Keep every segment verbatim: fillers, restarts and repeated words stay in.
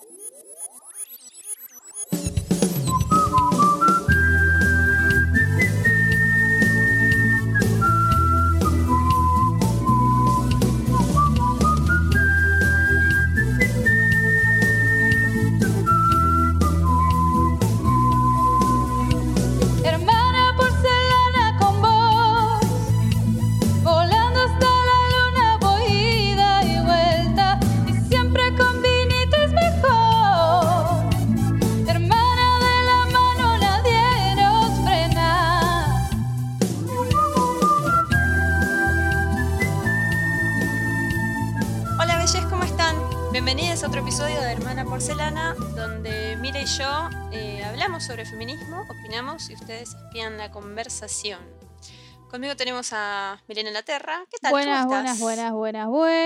Bienvenidos a otro episodio de Hermana Porcelana, donde Mira y yo eh, hablamos sobre feminismo, opinamos y ustedes espían la conversación. Conmigo tenemos a Milena Laterra. ¿Qué tal? Buenas, ¿Cómo estás? buenas, buenas, buenas,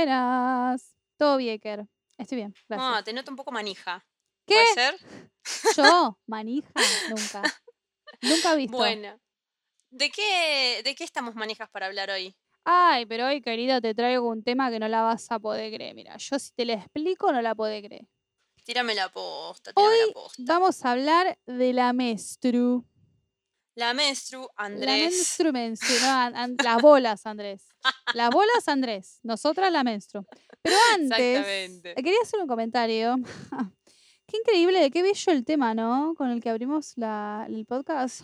buenas. Todo bien, Ker. Estoy bien, gracias. No, te noto un poco manija. ¿Qué? ¿Puede ser? ¿Yo? ¿Manija? Nunca. Nunca visto. Bueno, ¿de qué, ¿de qué estamos manijas para hablar hoy? Ay, pero hoy, querido, te traigo un tema que no la vas a poder creer. Mira, yo si te la explico, no la podés creer. Tírame la posta, tírame Hoy la posta. vamos a hablar de la menstru. La menstru, Andrés. La menstru, menstru. No, an, an, las bolas, Andrés. Las bolas, Andrés. Nosotras la menstru. Pero antes, Exactamente. quería hacer un comentario. Qué increíble, qué bello el tema, ¿no? Con el que abrimos la, el podcast.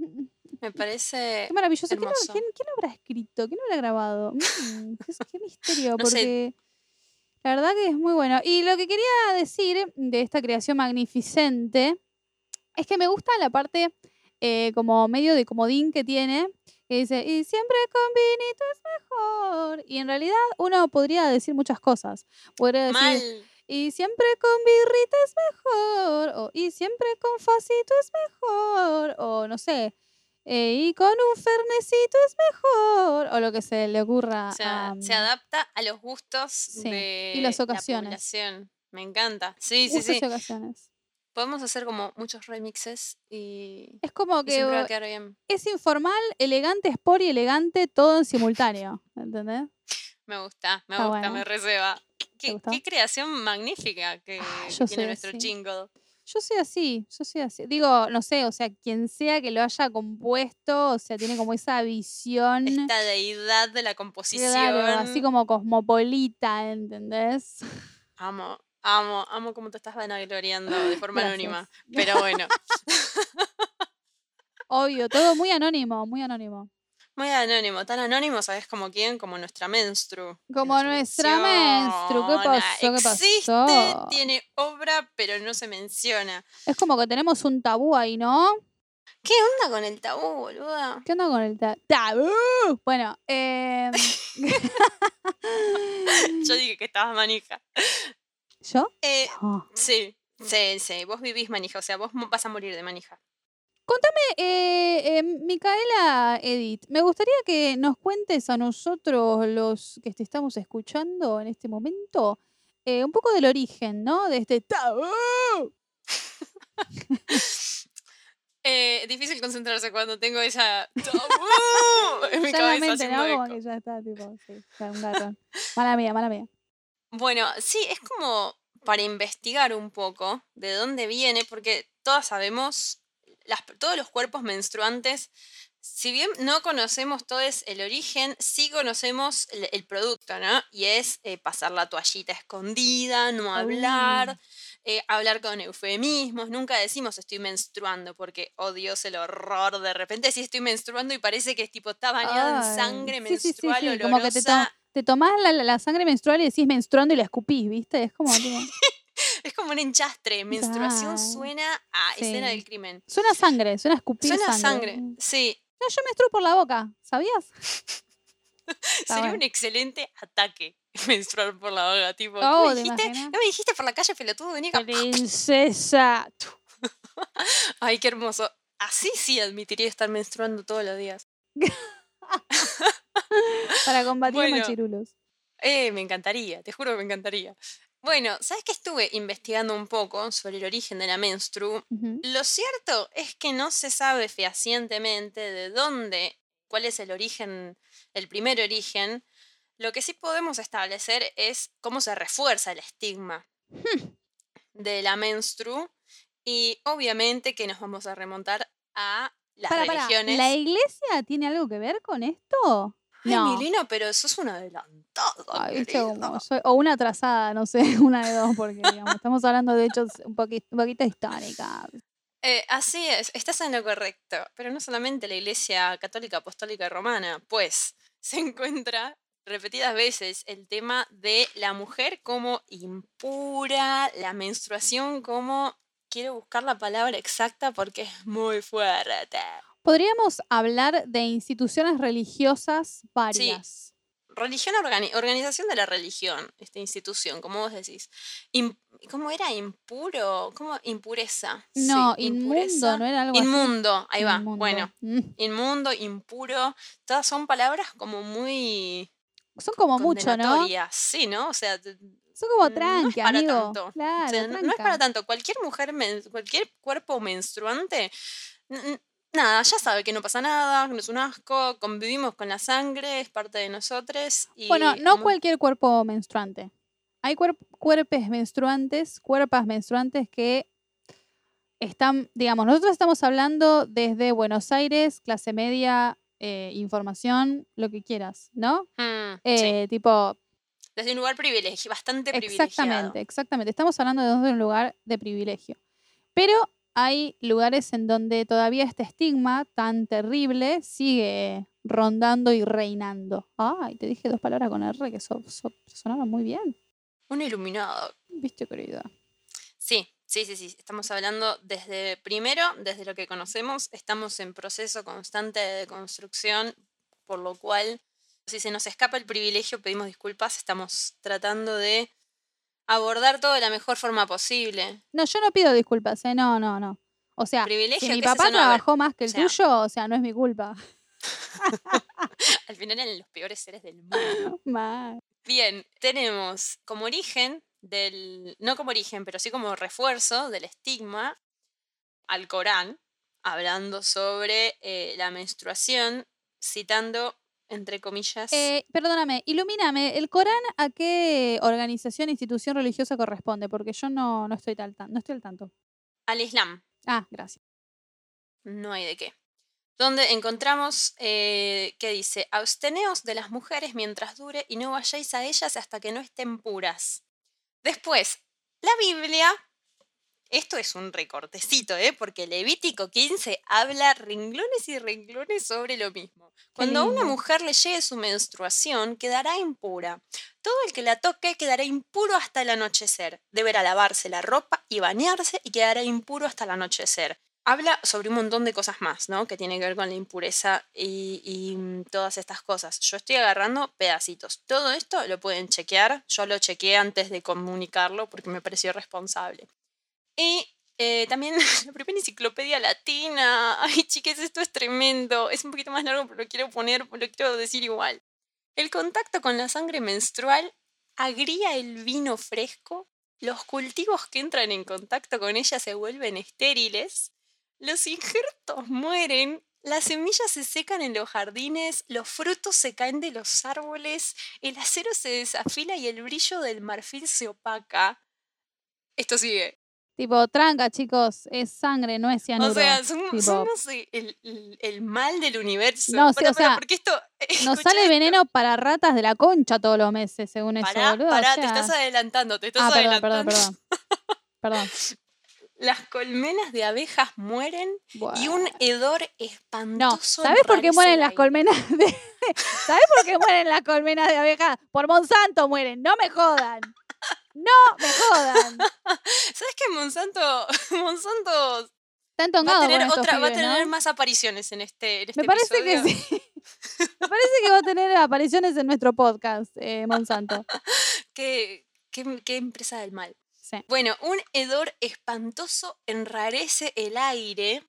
Me parece qué maravilloso. hermoso. ¿Quién, quién, ¿Quién lo habrá escrito? ¿Quién lo habrá grabado? Mm, qué, qué misterio, No porque sé. la verdad que es muy bueno. Y lo que quería decir de esta creación magnificente es que me gusta la parte eh, como medio de comodín que tiene, que dice, y siempre con vinito es mejor. Y en realidad uno podría decir muchas cosas. Podría decir... Mal. Y siempre con birrita es mejor, o y siempre con facito es mejor, o no sé, eh, y con un fernecito es mejor, o lo que se le ocurra. O sea, a, se adapta a los gustos sí, de y las la ocasiones. población. Me encanta. Sí, sí, Gustos sí. y ocasiones. Podemos hacer como muchos remixes y, Es como y siempre va a que quedar bien. es informal, elegante, sport y elegante, todo en simultáneo, ¿entendés? Me gusta, me Está gusta, bueno. me receba. ¿Te ¿Qué, gustó? qué creación magnífica que, Ah, que yo tiene soy nuestro así. jingle. Yo soy así, yo soy así. Digo, no sé, o sea, quien sea que lo haya compuesto, o sea, tiene como esa visión. Esta deidad de la composición. Claro, así como cosmopolita, ¿entendés? Amo, amo, amo cómo te estás vanagloriando de forma Gracias. anónima. Pero bueno. Obvio, todo muy anónimo, muy anónimo. Muy anónimo, tan anónimo, ¿sabes como quién? Como nuestra menstru. Como nuestra menstru, ¿qué pasó? ¿Qué Existe, pasó? tiene obra, pero no se menciona. Es como que tenemos un tabú ahí, ¿no? ¿Qué onda con el tabú, boluda? ¿Qué onda con el ta- tabú? Bueno, eh... Yo dije que estabas manija. ¿Yo? Eh, No. sí, sí, sí. Vos vivís manija, o sea, vos mo- vas a morir de manija. Contame, eh, eh, Micaela Edith, me gustaría que nos cuentes a nosotros, los que te estamos escuchando en este momento, eh, un poco del origen, ¿no? De este tabú. Eh, difícil concentrarse cuando tengo esa tabú en mi Ya la cabeza mente, haciendo ¿no? Como eco. que ya está, tipo, sí, ya, un garrón. Mala mía, mala mía. Bueno, sí, es como para investigar un poco de dónde viene, porque todas sabemos, las, todos los cuerpos menstruantes, si bien no conocemos todo es el origen, sí conocemos el, el producto, ¿no? Y es eh, pasar la toallita escondida, no hablar, Uh. eh, hablar con eufemismos, nunca decimos estoy menstruando, porque, oh Dios, el horror, de repente sí estoy menstruando y parece que es tipo, está bañada en Ay, sangre sí, sí, sí, menstrual, sí, como que te, to- olorosa. te tomás la, la- la sangre menstrual y decís menstruando y la escupís, ¿viste? Es como, tipo, Es como un enchastre. Menstruación ay, suena a escena sí. del crimen. Suena a sangre, suena a escupir Suena a sangre. sangre, sí. No, yo menstruo por la boca, ¿sabías? Está Sería bueno. un excelente ataque menstruar por la boca. Tipo, ¿qué Oh, me ¿te dijiste? imaginas? ¿No me dijiste por la calle, pelotudo? Vení acá. Princesa. Ay, qué hermoso. Así sí admitiría estar menstruando todos los días. Para combatir Bueno, machirulos. eh, me encantaría, te juro que me encantaría. Bueno, ¿sabes qué? Estuve investigando un poco sobre el origen de la menstru. Ujú. Lo cierto es que no se sabe fehacientemente de dónde, cuál es el origen, el primer origen. Lo que sí podemos establecer es cómo se refuerza el estigma. de la menstru y obviamente que nos vamos a remontar a las Para, para, religiones. ¿la iglesia tiene algo que ver con esto? Ay, No. Milena, pero sos una adelantada, Ay, viste querida. como soy, o una atrasada, no sé, una de dos, porque digamos, estamos hablando de hechos un poquito, un poquito históricas. Eh, así es, estás en lo correcto, pero no solamente la Iglesia Católica Apostólica Romana, pues se encuentra repetidas veces el tema de la mujer como impura, la menstruación como, quiero buscar la palabra exacta porque es muy fuerte. Podríamos hablar de instituciones religiosas Sí, varias. religión, organi- organización de la religión, esta institución, como vos decís. Im- ¿Cómo era? ¿Impuro? ¿Cómo? Impureza. No, Sí, inmundo, impureza. ¿no era algo así? Inmundo, ahí va. Inmundo. Bueno, Mm. inmundo, impuro, todas son palabras como muy Son como mucho, ¿no? condenatorias, sí, ¿no? O sea, t- Son como no es tranqui, para amigo. tanto. O Claro, sea, no, no es tranca. para tanto. Cualquier mujer, men- cualquier cuerpo menstruante, n- n- nada, ya sabe que no pasa nada, que no es un asco, convivimos con la sangre, es parte de nosotros y Bueno, no muy- cualquier cuerpo menstruante. Hay cuerp- cuerpos menstruantes, cuerpas menstruantes que están, digamos, nosotros estamos hablando desde Buenos Aires, clase media, eh, información, lo que quieras, ¿no? Mm, sí, Eh, tipo, desde un lugar privilegio, bastante privilegiado. exactamente, exactamente. Estamos hablando de un lugar de privilegio. Pero hay lugares en donde todavía este estigma tan terrible sigue rondando y reinando. Ay, te dije dos palabras con R que so- so- sonaron muy bien. Un iluminado. Viste, querida. Sí, sí, sí, sí. Estamos hablando desde primero, desde lo que conocemos, estamos en proceso constante de construcción, por lo cual, si se nos escapa el privilegio, pedimos disculpas, estamos tratando de abordar todo de la mejor forma posible. No, yo no pido disculpas, ¿eh? No, no, no. O sea, si ¿Privilegio? mi ¿Qué es papá eso? No, a ver, trabajó más que o el sea, tuyo, o sea, no es mi culpa. al final eran los peores seres del mundo. Mal. Bien, tenemos como origen del, no como origen, pero sí como refuerzo del estigma al Corán, hablando sobre eh, la menstruación, citando, entre comillas, Eh, perdóname, ilumíname, ¿el Corán a qué organización, institución religiosa corresponde? Porque yo no, no, estoy, tal, no estoy al tanto. al Islam, Ah, gracias. no hay de qué. Donde encontramos eh, que dice, absteneos de las mujeres mientras dure y no vayáis a ellas hasta que no estén puras. Después, la Biblia, esto es un recortecito, ¿eh? Porque Levítico quince habla renglones y renglones sobre lo mismo. Qué Cuando a una lindo. mujer le llegue su menstruación, quedará impura. Todo el que la toque quedará impuro hasta el anochecer. Deberá lavarse la ropa y bañarse y quedará impuro hasta el anochecer. Habla sobre un montón de cosas más, ¿no? Que tienen que ver con la impureza y, y, mm, todas estas cosas. Yo estoy agarrando pedacitos. Todo esto lo pueden chequear. Yo lo chequeé antes de comunicarlo porque me pareció responsable. Y eh, también la primera enciclopedia latina. Ay, chiques, esto es tremendo. Es un poquito más largo, pero lo quiero poner, lo quiero decir igual. El contacto con la sangre menstrual agría el vino fresco. Los cultivos que entran en contacto con ella se vuelven estériles. Los injertos mueren. Las semillas se secan en los jardines. Los frutos se caen de los árboles. El acero se desafila y el brillo del marfil se opaca. Esto sigue. Tipo, tranca, chicos, es sangre, no es cianuro. O sea, somos, tipo, somos el, el- el mal del universo. No, sí, Para, o para, sea, porque esto. nos escucha sale esto. veneno para ratas de la concha todos los meses, según eso, Pará, boludo. pará, o te sea... estás adelantando, te estás Ah, perdón, adelantando. perdón, perdón. Perdón. Las colmenas de abejas mueren y un Buah. hedor No, espantoso ¿sabes por qué enrarece mueren el las aire. colmenas de... ¿Sabes por qué mueren las colmenas de abejas? Por Monsanto mueren, no me jodan. No me jodan. ¿Sabes que Monsanto, Monsanto Están va a tongados tener con estos otra, va a pibes, tener ¿no? más apariciones en este, en este Me parece episodio? que sí. Me parece que va a tener apariciones en nuestro podcast, eh, Monsanto. ¿Qué, qué, qué empresa del mal? Sí. Bueno, un hedor espantoso enrarece el aire.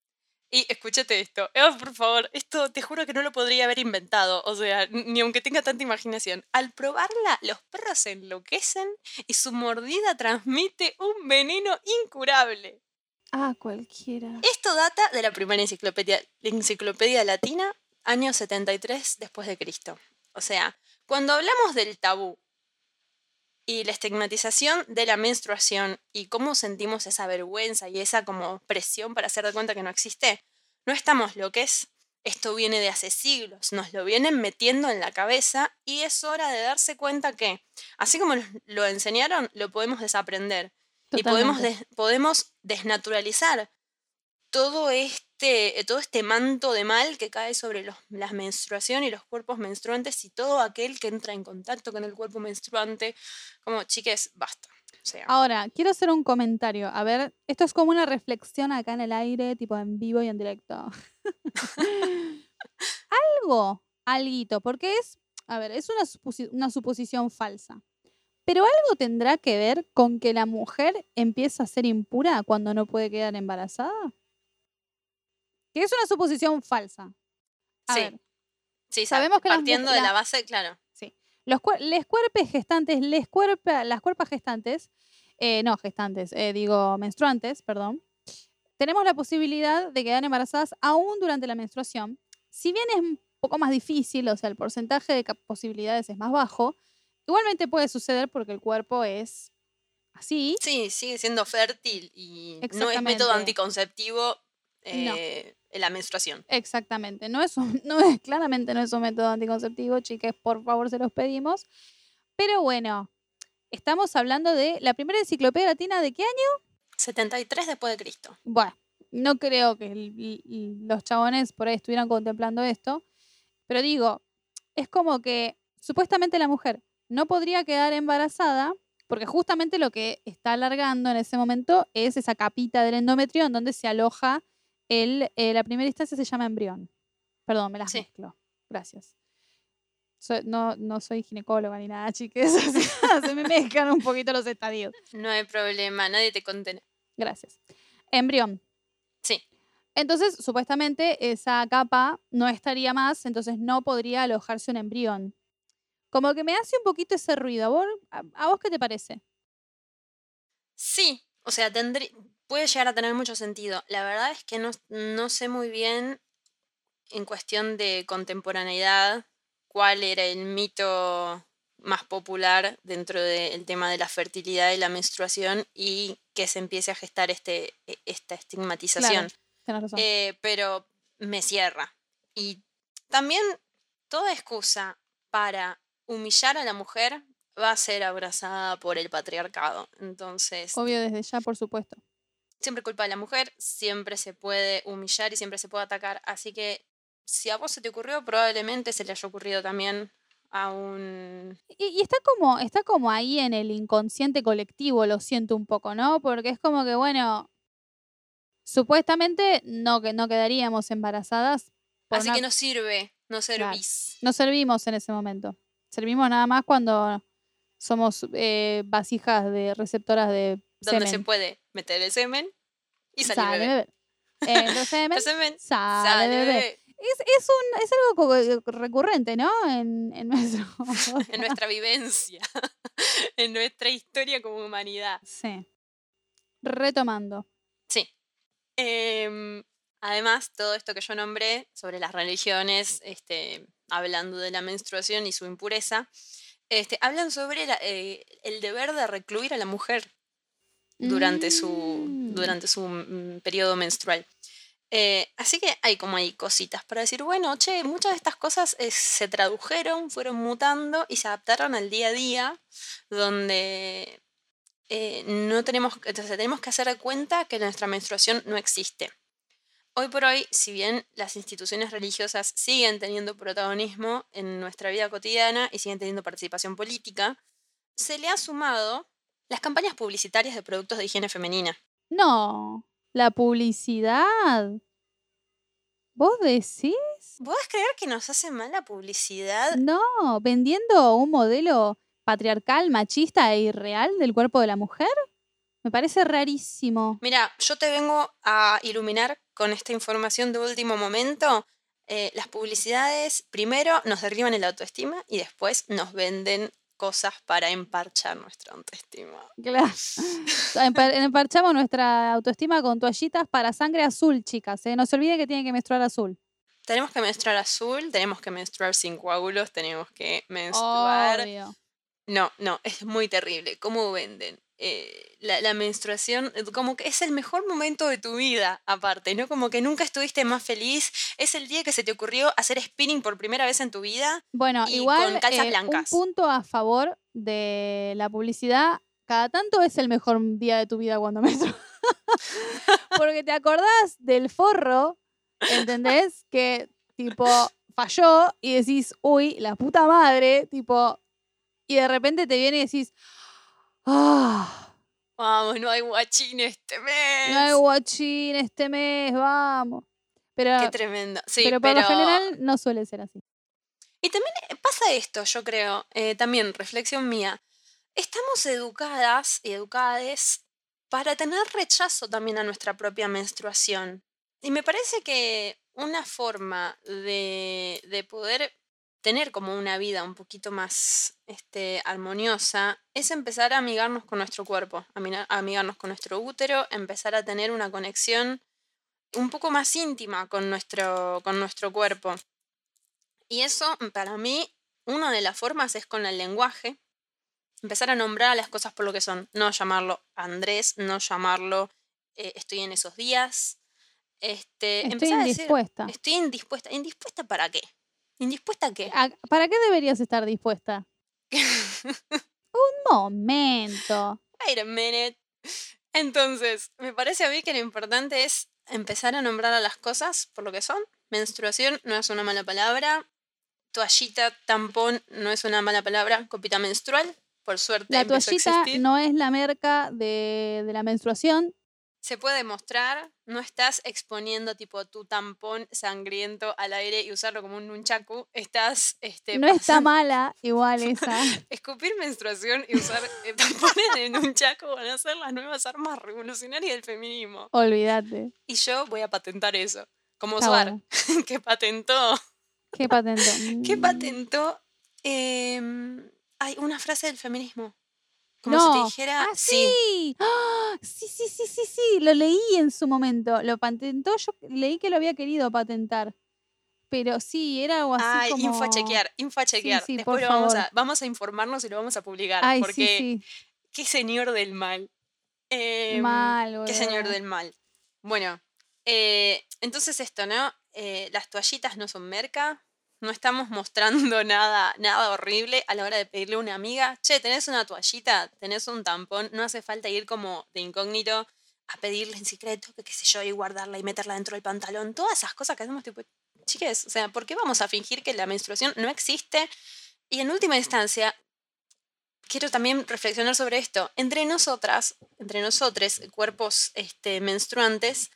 Y escúchate esto, Eva, por favor, esto te juro que no lo podría haber inventado, o sea, n- ni aunque tenga tanta imaginación. Al probarla, los perros se enloquecen y su mordida transmite un veneno incurable. Ah, cualquiera. Esto data de la primera enciclopedia, enciclopedia latina, año setenta y tres después de Cristo. O sea, cuando hablamos del tabú Y la estigmatización de la menstruación y cómo sentimos esa vergüenza y esa como presión para hacer de cuenta que no existe, no estamos loques. Esto viene de hace siglos, nos lo vienen metiendo en la cabeza y es hora de darse cuenta que, así como nos lo enseñaron, lo podemos desaprender y podemos, Totalmente. des- podemos desnaturalizar todo este, todo este manto de mal que cae sobre los, las menstruación y los cuerpos menstruantes y todo aquel que entra en contacto con el cuerpo menstruante. Como, chiques, basta. O sea, Ahora, quiero hacer un comentario. A ver, esto es como una reflexión acá en el aire, tipo en vivo y en directo. Algo, alguito, porque es, a ver, es una, suposi- una suposición falsa. Pero algo tendrá que ver con que la mujer empieza a ser impura cuando no puede quedar embarazada. Que es una suposición falsa. A sí, ver, sí, sa- sabemos que las partiendo de mujeres, la base, claro. sí, los cuer- les cuerpes gestantes, les cuerpa, las cuerpas gestantes, eh, no gestantes, eh, digo menstruantes, perdón, tenemos la posibilidad de quedar embarazadas aún durante la menstruación. Si bien es un poco más difícil, o sea, el porcentaje de cap- posibilidades es más bajo, igualmente puede suceder porque el cuerpo es así. Sí, sigue siendo fértil y no es método Exactamente. anticonceptivo No, eh, la menstruación. exactamente. No es un, no es, claramente no es un método anticonceptivo, chicas, por favor, se los pedimos. Pero bueno, estamos hablando de la primera enciclopedia latina de qué año. setenta y tres después de Cristo. Bueno, no creo que el- el- los chabones por ahí estuvieran contemplando esto, pero digo, es como que supuestamente la mujer no podría quedar embarazada porque justamente lo que está alargando en ese momento es esa capita del endometrio en donde se aloja el, eh, la primera instancia se llama embrión. Perdón, me las Sí, mezclo. Gracias. Soy- no, no soy ginecóloga ni nada, chiques. O sea, se me mezclan un poquito los estadios. no hay problema, nadie te condena. Gracias. Embrión. Sí, Entonces, supuestamente, esa capa no estaría más, entonces no podría alojarse un embrión. Como que me hace un poquito ese ruido. ¿A vos, a, a vos qué te parece? sí, o sea, tendrí- puede llegar a tener mucho sentido. La verdad es que no, no sé muy bien en cuestión de contemporaneidad cuál era el mito más popular dentro del tema de la fertilidad y la menstruación y que se empiece a gestar este, e- esta estigmatización. Claro, tenés razón. Eh, pero me cierra. Y también toda excusa para humillar a la mujer va a ser abrazada por el patriarcado. Entonces, Obvio desde ya, por supuesto. siempre culpa de la mujer, siempre se puede humillar y siempre se puede atacar. Así que si a vos se te ocurrió, probablemente se le haya ocurrido también a un... Y, y está como, está como ahí en el inconsciente colectivo, lo siento un poco, ¿no? Porque es como que, bueno, supuestamente no, que no quedaríamos embarazadas por Así una... que no sirve, no Claro, servís. no servimos en ese momento. Servimos nada más cuando somos eh, vasijas de receptoras de Donde se semen. puede meter el semen y salir Sale bebé. bebé. Entra semen, El semen sale sale bebé. bebé. Es, es, un, es algo co- eh, recurrente, ¿no? En, en nuestro... En nuestra vivencia, en nuestra historia como humanidad. Sí. Retomando. Sí. Em, además, todo esto que yo nombré sobre las religiones, este, hablando de la menstruación y su impureza, este, hablan sobre la- eh, el deber de recluir a la mujer durante su, Mm. durante su mm, periodo menstrual. Eh, así que hay como ahí cositas para decir, bueno, che, muchas de estas cosas eh, se tradujeron, fueron mutando y se adaptaron al día a día, donde eh, no tenemos, entonces tenemos que hacer de cuenta que nuestra menstruación no existe. Hoy por hoy, si bien las instituciones religiosas siguen teniendo protagonismo en nuestra vida cotidiana y siguen teniendo participación política, se le ha sumado las campañas publicitarias de productos de higiene femenina. No. La publicidad. ¿Vos decís? ¿Podés creer que nos hace mal la publicidad? No. ¿Vendiendo un modelo patriarcal, machista e irreal del cuerpo de la mujer? Me parece rarísimo. Mira, yo te vengo a iluminar con esta información de último momento. Eh, las publicidades primero nos derriban el autoestima y después nos venden cosas para emparchar nuestra autoestima. Claro. Empa- Emparchamos nuestra autoestima con toallitas para sangre azul, chicas. ¿eh? No se olviden que tienen que menstruar azul. Tenemos que menstruar azul, tenemos que menstruar sin coágulos, tenemos que menstruar Obvio. No, no, es muy terrible. ¿Cómo venden? Eh, la, la menstruación, eh, como que es el mejor momento de tu vida, aparte, ¿no? Como que nunca estuviste más feliz. Es el día que se te ocurrió hacer spinning por primera vez en tu vida Bueno, y igual con calzas eh, un blancas. punto a favor de la publicidad, cada tanto es el mejor día de tu vida cuando menstruas. Porque te acordás del forro, ¿entendés? Que tipo falló y decís, uy, la puta madre, tipo, y de repente te viene y decís, ah, Vamos, no hay guachín este no hay mes. guachín este mes, vamos. Qué Pero, tremendo. Sí, pero por lo pero... general no suele ser así. Y también eh, pasa esto, yo creo, eh, también reflexión mía. Estamos educadas y educades para tener rechazo también a nuestra propia menstruación. Y me parece que una forma de, de poder tener como una vida un poquito más este, armoniosa es empezar a amigarnos con nuestro cuerpo, amina- a amigarnos con nuestro útero, empezar a tener una conexión un poco más íntima con nuestro, con nuestro cuerpo. Y eso, mm, para mí, una de las formas es con el lenguaje. Empezar a nombrar a las cosas por lo que son. No llamarlo Andrés, no llamarlo eh, estoy en esos días. Este, Estoy empezar a decir, indispuesta. estoy indispuesta. ¿Indispuesta para qué? ¿Indispuesta a qué? ¿A- ¿Para qué deberías estar dispuesta? Un momento. Wait a minute. Entonces, me parece a mí que lo importante es empezar a nombrar a las cosas por lo que son. Menstruación no es una mala palabra. Toallita, tampón no es una mala palabra. Copita menstrual, por suerte La empezó a toallita existir. no es la merca de, de la menstruación. Se puede mostrar, no estás exponiendo tipo tu tampón sangriento al aire y usarlo como un nunchaku, estás este, No está pasando... mala igual esa. Escupir menstruación y usar eh, tampones de nunchaku van a ser las nuevas armas revolucionarias del feminismo. Olvídate. Y yo voy a patentar eso, como Está Suar, bueno. que patentó, ¿Qué patentó? que Mm. patentó, em, hay una frase del feminismo, como si te No. dijera, ¡Ah, sí, sí! ¡Ah! Sí, sí, sí, sí, sí. Lo leí en su momento. Lo patentó. Yo leí que lo había querido patentar. Pero sí, era algo así ay, info a como. chequear, info a Sí, chequear. sí, por Después lo vamos favor. a, vamos a informarnos y lo vamos a publicar, Ay, sí, porque sí. qué señor del mal. Em, Mal, qué señor boludo. del mal. Bueno, eh, entonces esto, ¿no? Eh, las toallitas no son merca, no estamos mostrando nada, nada horrible a la hora de pedirle a una amiga, che, ¿tenés una toallita? ¿Tenés un tampón? No hace falta ir como de incógnito a pedirle en secreto, que qué sé yo, y guardarla y meterla dentro del pantalón. Todas esas cosas que hacemos tipo, chiques, o sea, ¿por qué vamos a fingir que la menstruación no existe? Y en última instancia, quiero también reflexionar sobre esto. Entre nosotras, entre nosotros, cuerpos este, menstruantes,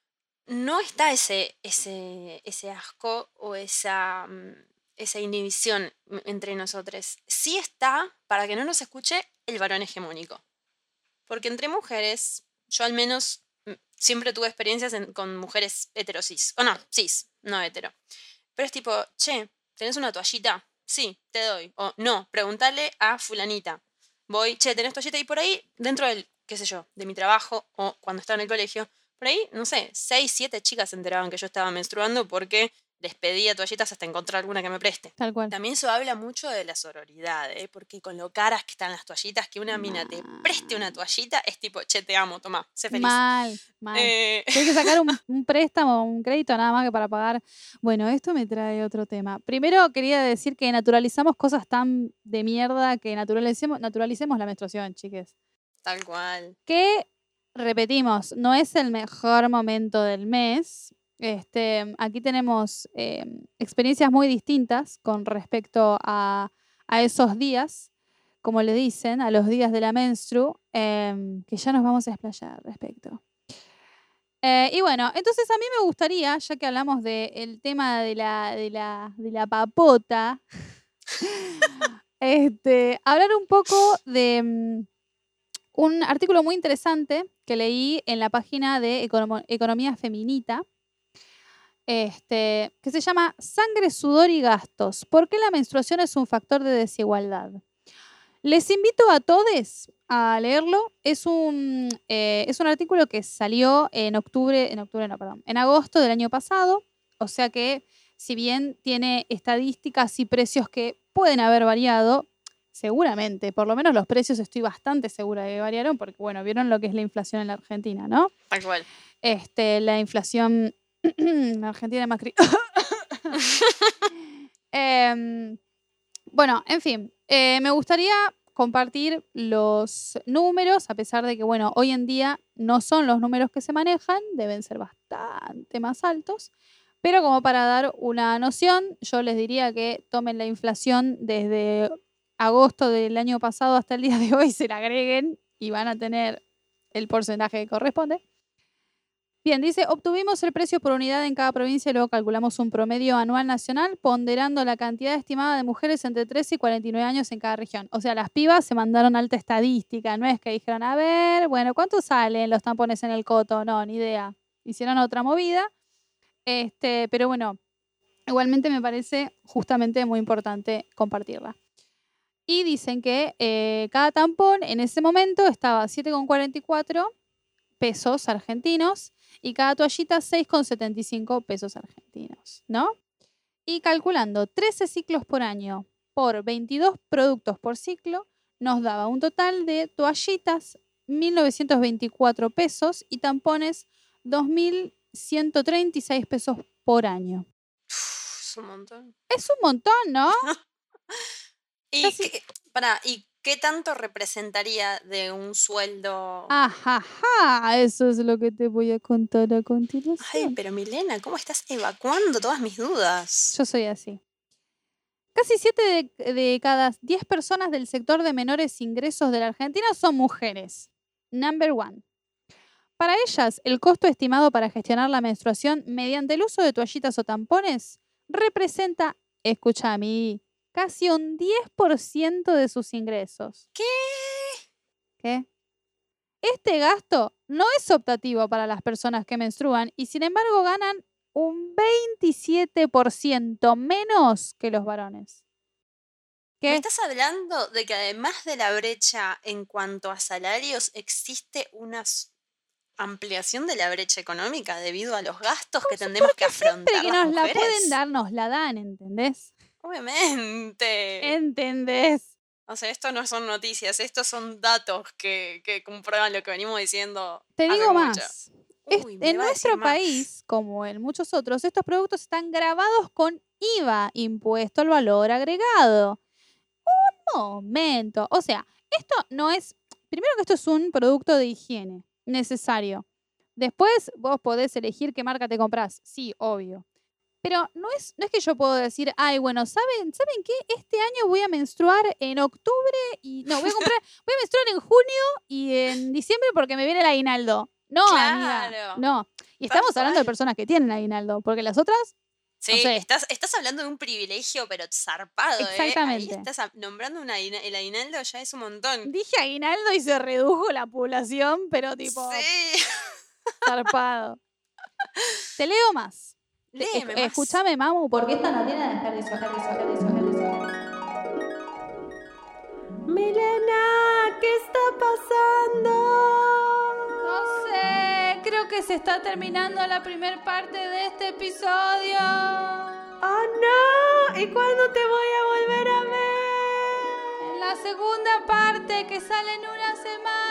no está ese, ese, ese asco o esa, mm, esa inhibición m- entre nosotros. Sí está, para que no nos escuche, el varón hegemónico. Porque entre mujeres, yo al menos mm, siempre tuve experiencias en- con mujeres heterosis. O no, cis, no hetero. Pero es tipo, che, ¿tenés una toallita? Sí, te doy. O no, preguntale a fulanita. Voy, che, ¿tenés toallita? Y por ahí, dentro del, qué sé yo, de mi trabajo o cuando estaba en el colegio, por ahí, no sé, seis, siete chicas se enteraban que yo estaba menstruando porque les pedía toallitas hasta encontrar alguna que me preste. Tal cual. También eso habla mucho de la sororidad, ¿eh? Porque con lo caras que están las toallitas, que una mina te preste una Mal. toallita es tipo, che, te amo, toma, sé feliz. Mal, mal. Eh, Tienes que sacar un, un préstamo, un crédito nada más que para pagar. Bueno, esto me trae otro tema. Primero quería decir que naturalizamos cosas tan de mierda que naturalicemos, naturalicemos la menstruación, chiques. tal cual. Que, repetimos, no es el mejor momento del mes. Este, aquí tenemos eh, experiencias muy distintas con respecto a, a esos días, como le dicen, a los días de la menstru, em, que ya nos vamos a explayar al respecto. Eh, y bueno, entonces a mí me gustaría, ya que hablamos del tema de la, de la, de la papota, este, hablar un poco de mm, un artículo muy interesante que leí en la página de Economo- Economía Feminita, este, que se llama Sangre, sudor y gastos. ¿Por qué la menstruación es un factor de desigualdad? Les invito a todos a leerlo. Es un, eh, es un artículo que salió en octubre, en octubre, no, perdón, en agosto del año pasado. O sea que, si bien tiene estadísticas y precios que pueden haber variado, seguramente, por lo menos los precios estoy bastante segura de que variaron, porque bueno, vieron lo que es la inflación en la Argentina, ¿no? Tal cual. Este, la inflación en Argentina es más cri- Em, bueno, en fin, eh, me gustaría compartir los números, a pesar de que, bueno, hoy en día no son los números que se manejan, deben ser bastante más altos, pero como para dar una noción, yo les diría que tomen la inflación desde agosto del año pasado hasta el día de hoy, se la agreguen y van a tener el porcentaje que corresponde. Bien, dice, obtuvimos el precio por unidad en cada provincia y luego calculamos un promedio anual nacional ponderando la cantidad estimada de mujeres entre trece y cuarenta y nueve años en cada región. O sea, las pibas se mandaron alta estadística, no es que dijeron, a ver, bueno, ¿cuánto salen los tampones en el coto? No, ni idea. Hicieron otra movida, este, pero bueno, igualmente me parece justamente muy importante compartirla. Y dicen que eh, cada tampón en ese momento estaba a siete con cuarenta y cuatro pesos argentinos y cada toallita seis con setenta y cinco pesos argentinos, ¿no? Y calculando trece ciclos por año por veintidós productos por ciclo, nos daba un total de toallitas mil novecientos veinticuatro pesos y tampones dos mil ciento treinta y seis pesos por año. Uf, es un montón. Es un montón, ¿no? ¿Y, Casi- qué, pará, ¿y qué tanto representaría de un sueldo? Ajaja, eso es lo que te voy a contar a Ay, continuación. pero Milena, ¿cómo estás evacuando todas mis dudas? Yo soy así. Casi siete de, de cada diez personas del sector de menores ingresos de la Argentina son mujeres. Number one. Para ellas, el costo estimado para gestionar la menstruación mediante el uso de toallitas o tampones representa, escucha a mí, casi un diez por ciento de sus ingresos. ¿Qué? ¿Qué? Este gasto no es optativo para las personas que menstruan y sin embargo ganan un veintisiete por ciento menos que los varones. ¿Me ¿Qué? estás hablando de que además de la brecha en cuanto a salarios, existe una s- ampliación de la brecha económica debido a los gastos que tendremos que afrontar Siempre que las nos la pueden mujeres? dar, nos la dan, ¿entendés? Obviamente. ¿Entendés? O sea, esto no son noticias, estos son datos que, que comprueban lo que venimos diciendo Te hace digo mucho. más. Es- Uy, me en va a decir nuestro más. país, como en muchos otros, estos productos están grabados con I V A, impuesto al valor agregado. Un momento. O sea, esto no es. Primero que esto es un producto de higiene necesario. Después vos podés elegir qué marca te compras. Sí, obvio. Pero no es, no es que yo puedo decir, ay, bueno, ¿saben, ¿saben qué? Este año voy a menstruar en octubre y. No, voy a comprar, voy a menstruar en junio y en diciembre porque me viene el aguinaldo. No, amiga. Claro, No. Y tal estamos hablando de cual. personas que tienen aguinaldo, porque las otras, no Sí, sé. estás, estás hablando de un privilegio, pero zarpado, ¿eh? Ahí Exactamente. estás a- nombrando una, aguina- el aguinaldo, ya es un montón. Dije aguinaldo y se redujo la población, pero tipo, Sí. zarpado. Te leo más. Te- Léeme esc- más. escúchame, mamu, porque esta no tiene desperdicio, desperdicio, desperdicio, desperdicio. Milena, ¿qué está pasando? No sé, creo que se está terminando la primer parte de este episodio. ¡Oh, no! ¿Y cuándo te voy a volver a ver? En la segunda parte que sale en una semana.